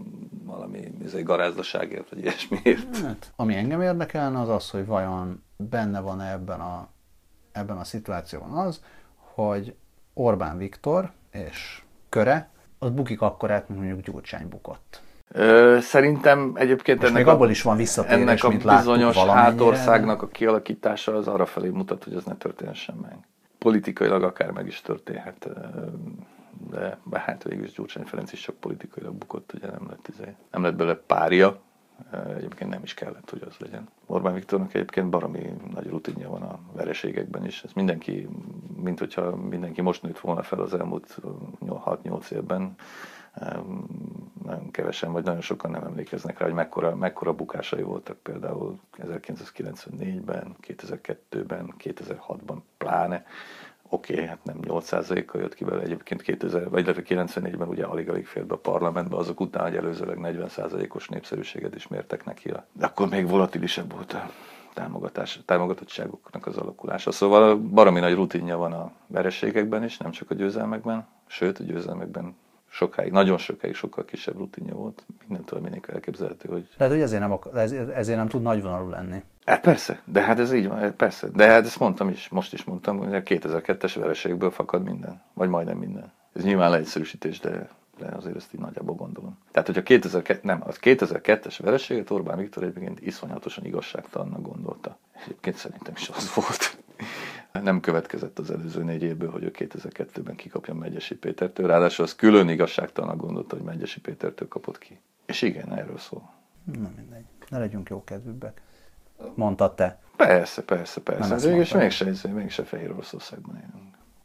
valami egy garázdaságért, vagy ilyesmiért. Hát, ami engem érdekelne az az, hogy vajon benne van ebben a, ebben a szituációban az, hogy Orbán Viktor és köre, az bukik akkorát, mint mondjuk Gyurcsány bukott. Ö, szerintem egyébként ennek ennek a, abból is van visszatérés, ennek a mint bizonyos hátországnak de... a kialakítása az arra felé mutat, hogy ez ne történhessen meg. Politikailag akár meg is történhet, de hát végül is Gyurcsány Ferenc is csak politikailag bukott, ugye nem lett, nem lett belőle párja, egyébként nem is kellett, hogy az legyen. Orbán Viktornak egyébként baromi nagy rutinja van a vereségekben is. Ez mindenki, mint hogyha mindenki most nőtt volna fel az elmúlt hat-nyolc évben, nagyon kevesen, vagy nagyon sokan nem emlékeznek rá, hogy mekkora, mekkora bukásai voltak például ezerkilencszázkilencvennégyben, kétezer-kettőben, kétezer-hatban pláne. Oké, okay, hát nem nyolc százalékkal jött ki vele egyébként kétezer, vagy kilencvennégyben ugye alig-alig fért be a parlamentbe, azok után, hogy előzőleg negyven százalékos népszerűséget is mértek neki. De akkor még volatilisebb volt a támogatás, támogatottságoknak az alakulása. Szóval baromi nagy rutinja van a vereségekben is, nem csak a győzelmekben, sőt a győzelmekben sokáig, nagyon sokáig sokkal kisebb rutinja volt. Mindentől mindenki elképzelhető, hogy... Lehet, hogy ezért nem, akar, ezért nem tud nagyvonalú lenni. Hát persze, de hát ez így van, persze. De hát ezt mondtam is, most is mondtam, hogy a kétezer-kettes vereségből fakad minden, vagy majdnem minden. Ez nyilván leegyszerűsítés, de, de azért ezt így nagyjából gondolom. Tehát, hogy a kétezer-kettő, nem, az kétezer-kettes vereséget Orbán Viktor egyébként iszonyatosan igazságtalannak gondolta. Egyébként szerintem is az volt. Nem következett az előző négy évből, hogy ő kétezer-kettőben kikapja Medgyessy Pétertől, ráadásul az külön igazságtalannak gondolta, hogy Medgyessy Pétertől kapott ki. És igen, erről szól. Na mindegy, ne legyünk jókedvűbbek. Mondtad te. Persze, persze, persze. És mégse, mégse Fehér Oroszországban élünk.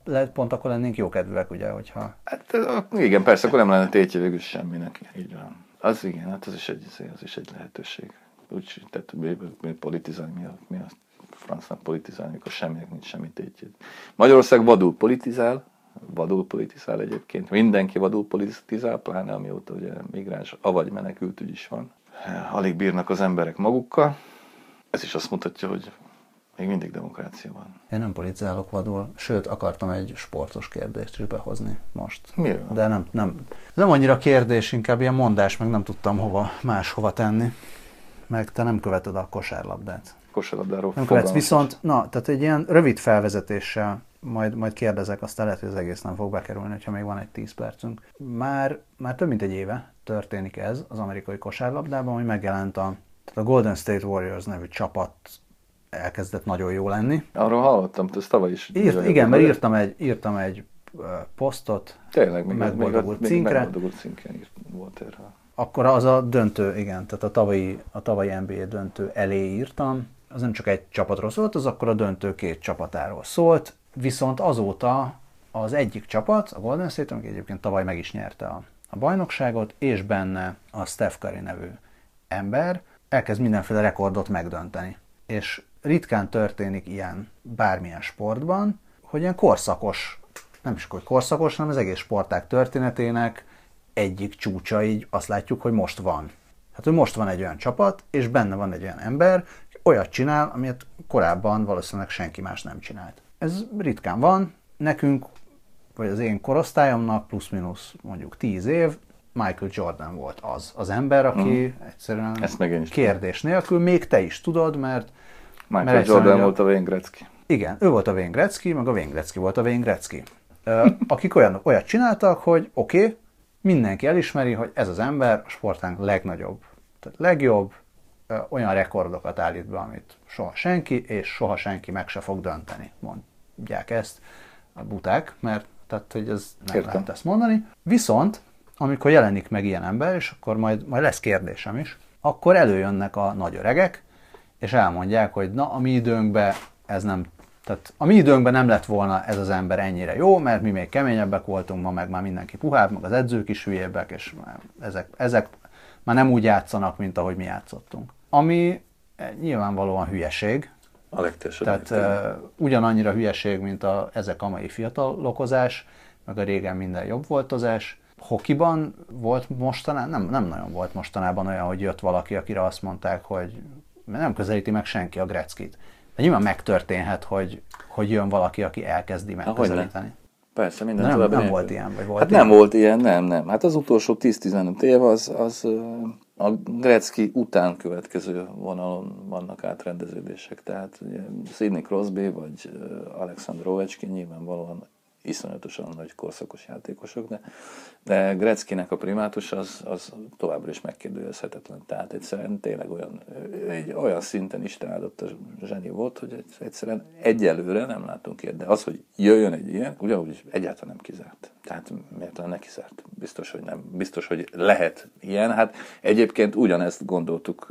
lehet pont akkor lennénk jókedvűek, ugye, hogyha... Hát igen, persze, akkor nem lenne tétje végül semminek, így van. Az igen, hát az is egy, az is egy lehetőség. Úgy, tehát mi, mi politizálni, mi a, mi a francnak politizálni, amikor semminek nincs semmi tétje. Magyarország vadul politizál, vadul politizál egyébként, mindenki vadul politizál, pláne amióta ugye migráns, avagy menekültügy is van. Alig bírnak az emberek magukkal. Ez is azt mutatja, hogy még mindig demokrácia van. Én nem politizálok vadul, sőt, akartam egy sportos kérdést is behozni most. Miről? De nem, nem, nem annyira kérdés, inkább ilyen mondás, meg nem tudtam hova, máshova tenni. Meg te nem követed a kosárlabdát. Kosárlabdáról nem követsz, viszont, na, tehát egy ilyen rövid felvezetéssel majd, majd kérdezek, aztán lehet, hogy az egész nem fog bekerülni, hogyha még van egy tíz percünk. Már, már több mint egy éve történik ez az amerikai kosárlabdában, hogy megjelent a, tehát a Golden State Warriors nevű csapat elkezdett nagyon jó lenni. Arról hallottam, ez tavaly is. Írt, igen, mert írtam egy, írtam egy uh, posztot, tényleg, még megboldogult még cinkre. Megboldogult cinkre volt erről. Akkor az a döntő, igen, tehát a tavalyi, a tavalyi en bé á döntő elé írtam. Az nem csak egy csapatról szólt, az akkor a döntő két csapatáról szólt. Viszont azóta az egyik csapat, a Golden State, ami egyébként tavaly meg is nyerte a, a bajnokságot, és benne a Steph Curry nevű ember elkezd mindenféle rekordot megdönteni. És ritkán történik ilyen bármilyen sportban, hogy ilyen korszakos, nem is hogy korszakos, hanem az egész sportág történetének egyik csúcsa, így azt látjuk, hogy most van. Hát, hogy most van egy olyan csapat, és benne van egy olyan ember, aki olyat csinál, amit korábban valószínűleg senki más nem csinált. Ez ritkán van. Nekünk, vagy az én korosztályomnak, plusz-minusz mondjuk tíz év, Michael Jordan volt az az ember, aki mm. egyszerűen kérdés nélkül, még te is tudod, mert Michael mert Jordan volt a Wayne Gretzky. Igen, ő volt a Wayne Gretzky, meg a Wayne Gretzky volt a Wayne Gretzky. Akik olyan, olyat csináltak, hogy oké, okay, mindenki elismeri, hogy ez az ember a sportánk legnagyobb, tehát legjobb, olyan rekordokat állít be, amit soha senki, és soha senki meg se fog dönteni. Mondják ezt a buták, mert tehát, hogy ez nem Értem. Lehet ezt mondani. Viszont, amikor jelenik meg ilyen ember, és akkor majd, majd lesz kérdésem is, akkor előjönnek a nagy öregek, és elmondják, hogy na, a mi időnkben ez nem, tehát a mi időnkben nem lett volna ez az ember ennyire jó, mert mi még keményebbek voltunk, ma meg már mindenki puhább, meg az edzők is hülyébbek, és ezek, ezek már nem úgy játszanak, mint ahogy mi játszottunk. Ami nyilvánvalóan hülyeség. A legtesebb. Tehát uh, ugyanannyira hülyeség, mint a, ezek a mai fiatalokozás, meg a régen minden jobb voltozás. Hokiban volt mostanában, nem, nem nagyon volt mostanában olyan, hogy jött valaki, akire azt mondták, hogy nem közelíti meg senki a Gretzkyt. De nyilván megtörténhet, hogy, hogy jön valaki, aki elkezdi megközelíteni. Persze, minden nem, tovább nem volt ilyen, vagy volt Hát ilyen? nem volt ilyen, nem, nem. Hát az utolsó tíz-tizenöt év az, az a Gretzky után következő vonalon vannak átrendeződések. Tehát ugye Sidney Crosby vagy Alexander Ovechkin nyilvánvalóan iszonyatosan nagy korszakos játékosok, de, de Gretzkynek a primátus az, az továbbra is megkérdőjelezhetetlen. Tehát egyszerűen tényleg olyan, egy olyan szinten Isten áldott a zseni volt, hogy egyszerűen egyelőre nem látunk ilyet. De az, hogy jöjjön egy ilyen, ugyanúgy egyáltalán nem kizárt. Tehát miért lenne kizárt? Biztos, hogy nem. Biztos, hogy lehet ilyen. Hát egyébként ugyanezt gondoltuk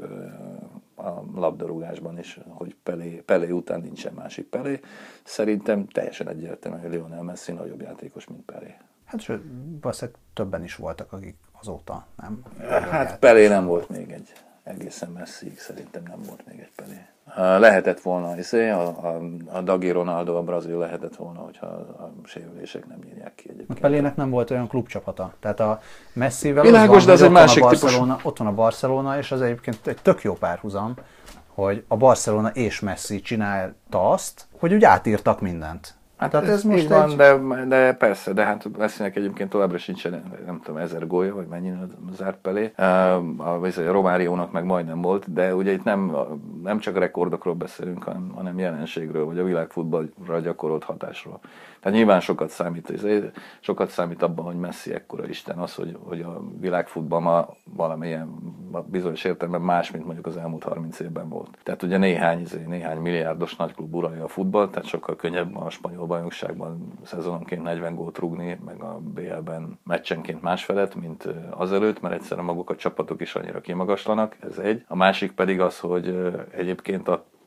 a labdarúgásban is, hogy Pelé, Pelé után nincsen másik Pelé. Szerintem teljesen egyértelmű, hogy Lionel Messi nagyobb játékos, mint Pelé. Hát sőt, valószínűleg többen is voltak, akik azóta nem. Hát Pelé nem volt még egy egészen messziig, szerintem nem volt még egy Pelé. Lehetett volna, a, a, a Dagi Ronaldo, a brazil lehetett volna, hogyha a sérülések nem nyírják ki egyébként. A Pelének nem volt olyan klubcsapata. Tehát a Messivel Világos, van, de az egy másik típus. Ott van a Barcelona, és az egyébként egy tök jó párhuzam, hogy a Barcelona és Messi csinálta azt, hogy úgy átírtak mindent. Hát tehát ez, ez most van, egy... de, de persze, de hát Messinek egyébként továbbra sincsen, nem tudom, ezer gólja, vagy mennyi zárt Pelé. A, a, a Romáriónak meg majdnem volt, de ugye itt nem, nem csak rekordokról beszélünk, hanem, hanem jelenségről, vagy a világfutballra gyakorolt hatásról. Tehát nyilván sokat számít, sokat számít abban, hogy Messi ekkora Isten, az, hogy, hogy a világfutball ma valamilyen bizonyos értelemben más, mint mondjuk az elmúlt harminc évben volt. Tehát ugye néhány, néhány milliárdos nagyklub uralja a futballt, tehát sokkal könnyebb a spanyol bajnokságban szezononként negyven gólt rúgni, meg a bé el-ben meccsenként másfelet, mint azelőtt, mert egyszerűen maguk a csapatok is annyira kimagaslanak, ez egy. A másik pedig az, hogy egyébként a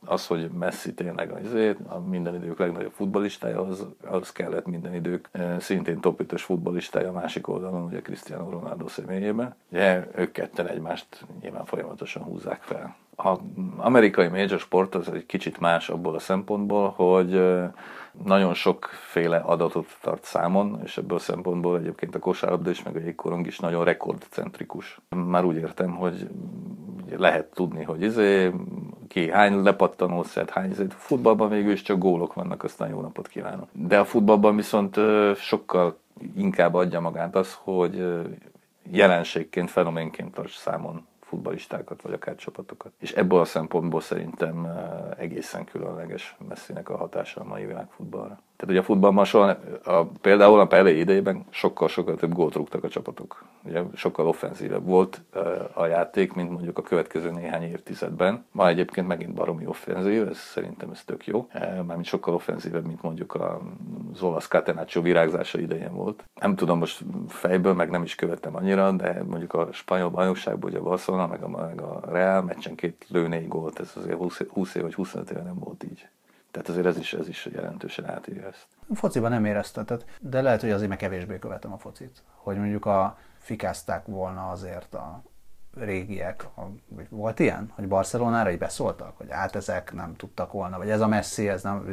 az, hogy Messi tényleg azért, a minden idők legnagyobb futballistája, az, az kellett minden idők szintén top ötös futballistája a másik oldalon, ugye Cristiano Ronaldo személyében. Ugye ők ketten egymást nyilván folyamatosan húzzák fel. Az amerikai major sport az egy kicsit más abból a szempontból, hogy nagyon sokféle adatot tart számon, és ebből a szempontból egyébként a kosárlabda is, meg a jégkorong is nagyon rekordcentrikus. Már úgy értem, hogy lehet tudni, hogy izé, ki hány lepattanót szed, hány izé. Futballban végül is csak gólok vannak, aztán jó napot kívánok. De a futballban viszont sokkal inkább adja magát az, hogy jelenségként, fenoménként tarts számon futballistákat, vagy akár csapatokat. És ebből a szempontból szerintem egészen különleges Messinek a hatása a mai világfutballra. Tehát ugye a futballban soha, a, például a Pelé idejében sokkal-sokkal több gólt rúgtak a csapatok. Ugye sokkal offenzívebb volt a játék, mint mondjuk a következő néhány évtizedben. Ma egyébként megint baromi offenzív, ez szerintem ez tök jó. Mármint sokkal offenzívebb, mint mondjuk az olasz Catenaccio virágzása idején volt. Nem tudom most fejből, meg nem is követtem annyira, de mondjuk a spanyol bajnokságban, ugye a Barcelona, meg a, meg a Real meccsenként lő négy gólt, ez azért húsz év vagy huszonöt éve nem volt így. Tehát azért ez is, ez is jelentősen átírja ezt. A fociban nem éreztetett, de lehet, hogy azért meg kevésbé követem a focit. Hogy mondjuk a fikázták volna azért a régiek, a, volt ilyen, hogy Barcelonára így beszóltak, hogy át ezek nem tudtak volna, vagy ez a Messi, ez nem,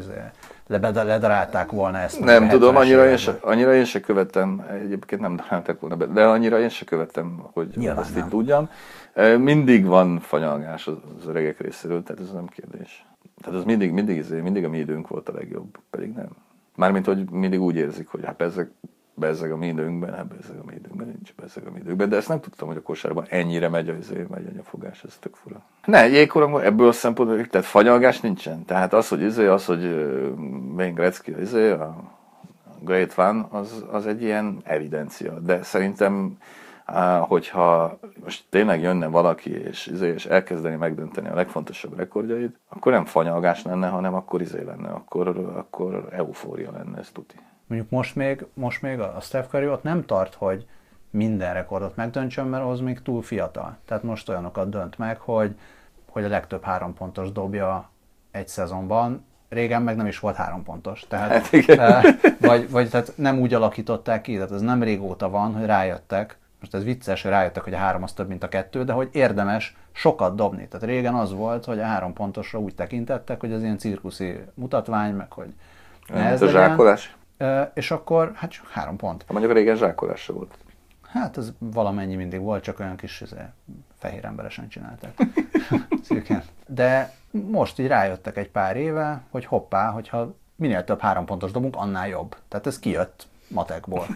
ledarálták volna ezt. Nem tudom, annyira én, se, annyira én se követtem, egyébként nem darálták volna be, de annyira én se követtem, hogy nyilván ezt így tudjam. Mindig van fanyalgás az, az öregek részéről, tehát ez nem kérdés. Tehát az mindig, mindig, mindig a mi időnk volt a legjobb, pedig nem. Mármint, hogy mindig úgy érzik, hogy hát bezzeg, bezzeg a mi időnkben, hát bezzeg a mi időnkben, nincs bezzeg a mi időnkben, de ezt nem tudtam, hogy a kosárban ennyire megy az év, megy a fogás, ez tök fura. Ne, jégkorongban ebből a szempontból, tehát fanyalgás nincsen. Tehát az, hogy izé, az, hogy Wayne Gretzky, izé, a Great One, az, az egy ilyen evidencia, de szerintem hogyha most tényleg jönne valaki, és, és elkezdeni megdönteni a legfontosabb rekordjait, akkor nem fanyalgás lenne, hanem akkor izé lenne, akkor, akkor eufória lenne, ez tuti. Mondjuk most még, most még a Steph Curry ott nem tart, hogy minden rekordot megdöntsön, mert az még túl fiatal. Tehát most olyanokat dönt meg, hogy, hogy a legtöbb három pontos dobja egy szezonban. Régen meg nem is volt három pontos. Tehát, hát igen. Vagy, vagy tehát nem úgy alakították ki, tehát ez nem régóta van, hogy rájöttek, most ez vicces, hogy rájöttek, hogy a három az több, mint a kettő, de hogy érdemes sokat dobni. Tehát régen az volt, hogy a három pontosra úgy tekintettek, hogy az ilyen cirkuszi mutatvány, meg hogy ez a zsákolás? E, és akkor, hát csak három pont. Ha mondjuk régen zsákolásra volt. Hát ez valamennyi mindig volt, csak olyan kis fehér emberesen csinálták. De most így rájöttek egy pár éve, hogy hoppá, hogyha minél több három pontos dobunk, annál jobb. Tehát ez kijött matekból.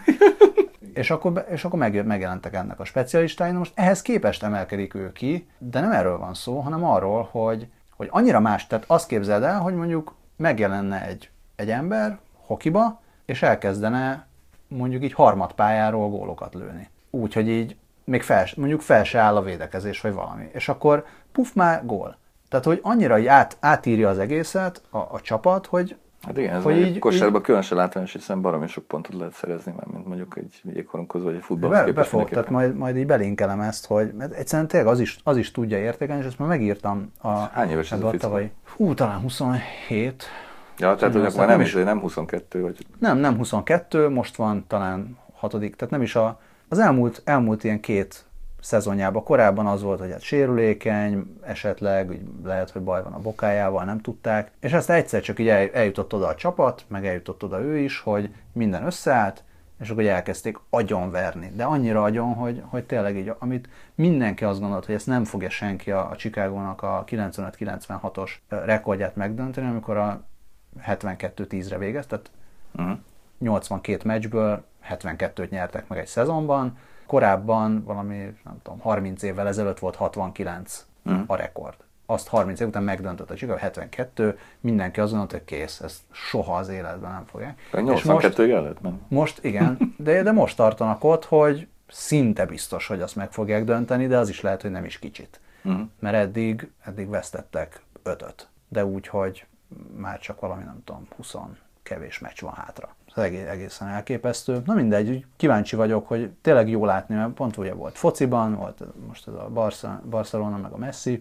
És akkor, és akkor megjelentek ennek a specialistái. Most ehhez képest emelkedik ő ki, de nem erről van szó, hanem arról, hogy, hogy annyira más, tehát azt képzeld el, hogy mondjuk megjelenne egy, egy ember hokiba, és elkezdene mondjuk így harmadpályáról gólokat lőni. Úgy, hogy így még fel, mondjuk fel se áll a védekezés, vagy valami. És akkor puf, már gól. Tehát, hogy annyira így át, átírja az egészet a, a csapat, hogy hát igen, ez így, kosárban így, különösen látványos, hiszen baromi sok pontot lehet szerezni már, mint mondjuk egy jégkoronghoz, vagy egy futballhoz képest. Befog, tehát majd, majd így belinkelem ezt, hogy mert egyszerűen tényleg az is, az is tudja értékelni, és ezt már megírtam a... Hány éves ez a tavaly? Hú, talán huszonhét. Ja, tehát hogy már nem is, nem huszonkettő, vagy... Nem, nem huszonkettő, most van talán hatodik, tehát nem is a... Az elmúlt, elmúlt ilyen két szezonjában korábban az volt, hogy hát sérülékeny, esetleg lehet, hogy baj van a bokájával, nem tudták, és ezt egyszer csak így el, eljutott oda a csapat, meg eljutott oda ő is, hogy minden összeállt, és akkor elkezdték agyonverni, de annyira agyon, hogy, hogy tényleg így, amit mindenki azt gondolt, hogy ezt nem fogja senki a, a Chicagónak a kilencvenöt kilencvenhatos rekordját megdönteni, amikor a hetvenkettő tízre végez, tehát uh-huh. nyolcvankét meccsből hetvenkettőt nyertek meg egy szezonban, korábban valami, nem tudom, harminc évvel ezelőtt volt hatvankilenc uh-huh. a rekord. Azt harminc év után megdöntött a Chicago, hetvenkettő, mindenki azt gondolta, hogy kész, ezt soha az életben nem fogják. nyolcvankettőig el lehet menni. Most igen, de, de most tartanak ott, hogy szinte biztos, hogy azt meg fogják dönteni, de az is lehet, hogy nem is kicsit. Uh-huh. Mert eddig, eddig vesztettek ötöt, de úgy, hogy már csak valami, nem tudom, húsz kevés meccs van hátra. Ez egészen elképesztő. Na mindegy, kíváncsi vagyok, hogy tényleg jó látni, mert pont ugye volt fociban, volt most ez a Barca, Barcelona meg a Messi.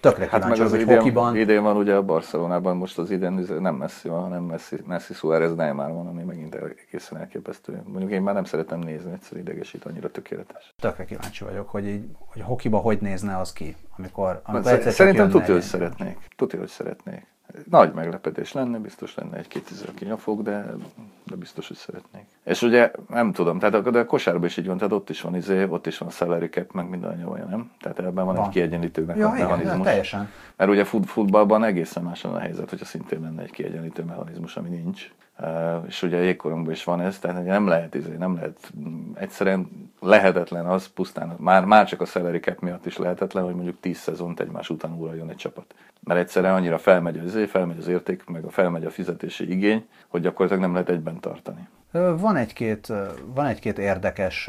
Tökre Hát meg kíváncsi az vagyok, hogy idén, hokiban. idén van ugye a Barcelonában, most az idén nem Messi van, hanem Messi, Messi Suárez Neymar van, ami megint egészen elképesztő. Mondjuk én már nem szeretem nézni, egyszer idegesít, annyira tökéletes. Tökre kíváncsi vagyok, hogy, így, hogy hokiba hogy nézne az ki, amikor, amikor Szer- egyszer Szerintem csak tudja, hogy jönne egy- szeretnék. Tudja, hogy szeretnék. Nagy meglepetés lenne, biztos lenne egy-két tízer, aki nyafog, de, de biztos, hogy szeretnék. És ugye nem tudom, tehát a, de a kosárban is így van, tehát ott is van izé, ott is van salary cap, meg minden olyan, nem? Tehát ebben van, van. egy kiegyenlítő ja, mechanizmus. igen, teljesen. Mert ugye fut, futballban egészen más a helyzet, hogyha szintén lenne egy kiegyenlítő mechanizmus, ami nincs. Uh, és ugye jégkorunkban is van ez, tehát nem lehet, izé, nem lehet, egyszerűen lehetetlen az, pusztán, már, már csak a salary cap miatt is lehetetlen, hogy mondjuk tíz szezont egymás után uraljon egy csapat. Mert egyszerűen annyira felmegy az, felmegy az érték, meg a felmegy a fizetési igény, hogy gyakorlatilag nem lehet egyben tartani. Van egy-két, van egy-két érdekes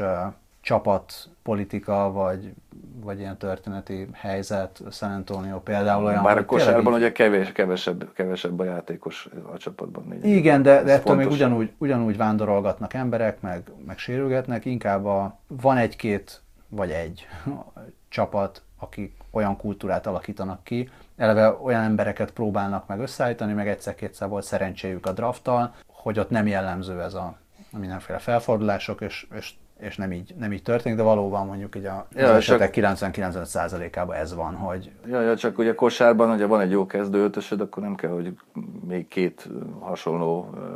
csapatpolitika, vagy, vagy ilyen történeti helyzet, San Antonio például olyan. Bár a kosárban ugye kevés, kevesebb, kevesebb a játékos a csapatban. Négy. Igen, de, de ettől még ugyanúgy, ugyanúgy vándorolgatnak emberek, meg, meg sérülgetnek, inkább a, van egy-két, vagy egy csapat, akik olyan kultúrát alakítanak ki, eleve olyan embereket próbálnak meg összeállítani, meg egyszer-kétszer volt szerencséjük a drafttal, hogy ott nem jellemző ez a mindenféle felfordulások, és, és, és nem, így, nem így történik, de valóban mondjuk így a, ja, az esetek csak... kilencven-kilencvenöt százalékában ez van, hogy... Ja, ja, csak ugye kosárban, hogyha van egy jó kezdő ötösöd, akkor nem kell, hogy még két hasonló uh,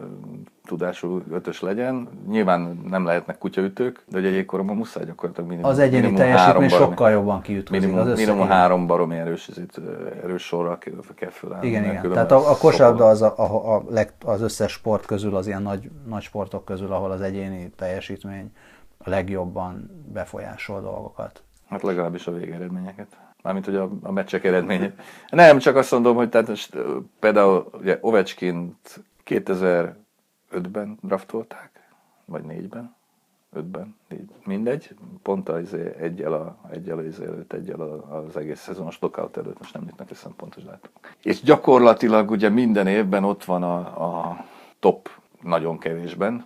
tudású ötös legyen. Nyilván nem lehetnek kutyaütők, de ugye jégkoromban muszáj gyakorlatilag minimum. Az egyéni teljesítmény sokkal jobban kiütközik. Minimum, az minimum három baromi erős, erős sorral kell fölállni. Igen, igen. Tehát a, a kosárlabda az, a, a, a leg, az összes sport közül, az ilyen nagy, nagy sportok közül, ahol az egyéni teljesítmény a legjobban befolyásol dolgokat. Hát legalábbis a végeredményeket. Mármint, hogy a, a meccsek eredménye. Nem, csak azt mondom, hogy tehát most, például ugye Ovechkint kétezer-ötben draftolták, vagy négyben, ötben, négy, mindegy, pont az egyel, a, egyel az előtt, egyel az egész szezonos lockout előtt, most nem jutnak eszem pontos dátum. És gyakorlatilag ugye minden évben ott van a, a top nagyon kevésben,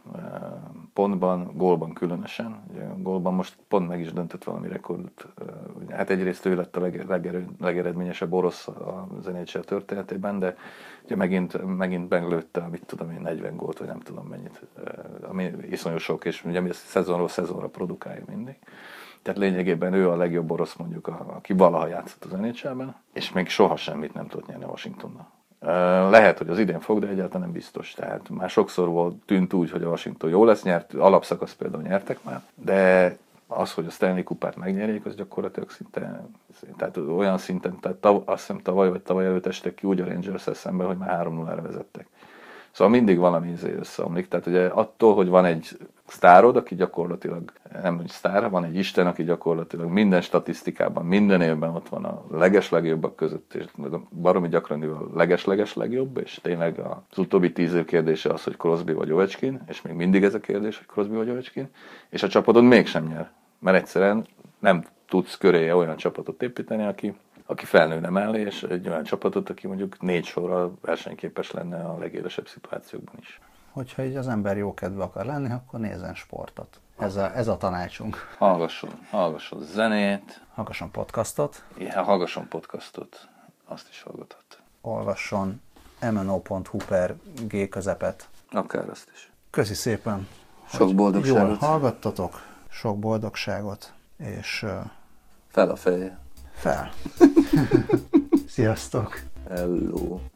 pontban, gólban különösen. Ugye, gólban most pont meg is döntött valami rekordot. Hát egyrészt ő lett a leg, legerő, legeredményesebb orosz az en há el történetében, de ugye megint, megint meglőtte, mit tudom én, negyven gólt, vagy nem tudom mennyit, ami iszonyú sok, és ugye szezonról szezonra produkálja mindig. Tehát lényegében ő a legjobb orosz mondjuk, aki valaha játszott az en há el-ben, és még soha semmit nem tudott nyerni a Washingtonnal. Lehet, hogy az idén fog, de egyáltalán nem biztos. Tehát már sokszor volt, tűnt úgy, hogy a Washington jó lesz, nyert, alapszakasz például nyertek már, de az, hogy a Stanley Kupát megnyerjék, az gyakorlatilag szinte, tehát olyan szinten, tehát tav, azt hiszem tavaly vagy tavaly előtt estek ki úgy a Rangers-el szemben, hogy már három nullára vezettek. Szóval mindig valami összeomlik. Tehát ugye attól, hogy van egy sztárod, aki gyakorlatilag, nem egy sztár, van egy isten, aki gyakorlatilag minden statisztikában, minden évben ott van a legeslegjobbak között, és baromi gyakran a legesleges legjobb, és tényleg az utóbbi tíz év kérdése az, hogy Crosby vagy Ovechkin, és még mindig ez a kérdés, hogy Crosby vagy Ovechkin, és a csapatod mégsem nyer, mert egyszerűen nem tudsz köréje olyan csapatot építeni, aki aki felnőne mellé, és egy olyan csapatot, aki mondjuk négy sorral versenyképes lenne a legélesebb szituációkban is. Hogyha így az ember jókedve akar lenni, akkor nézzen sportot. Ez a, ez a tanácsunk. Hallgasson, hallgasson zenét. Hallgasson podcastot. Igen, hallgasson podcastot. Azt is hallgathat. Olvasson em en o pont hu per G közepet. Akár azt is. Köszi szépen. Sok boldogságot. Jól hallgattatok. Sok boldogságot. És... Fel a feje. Fel. Sziasztok. Hello.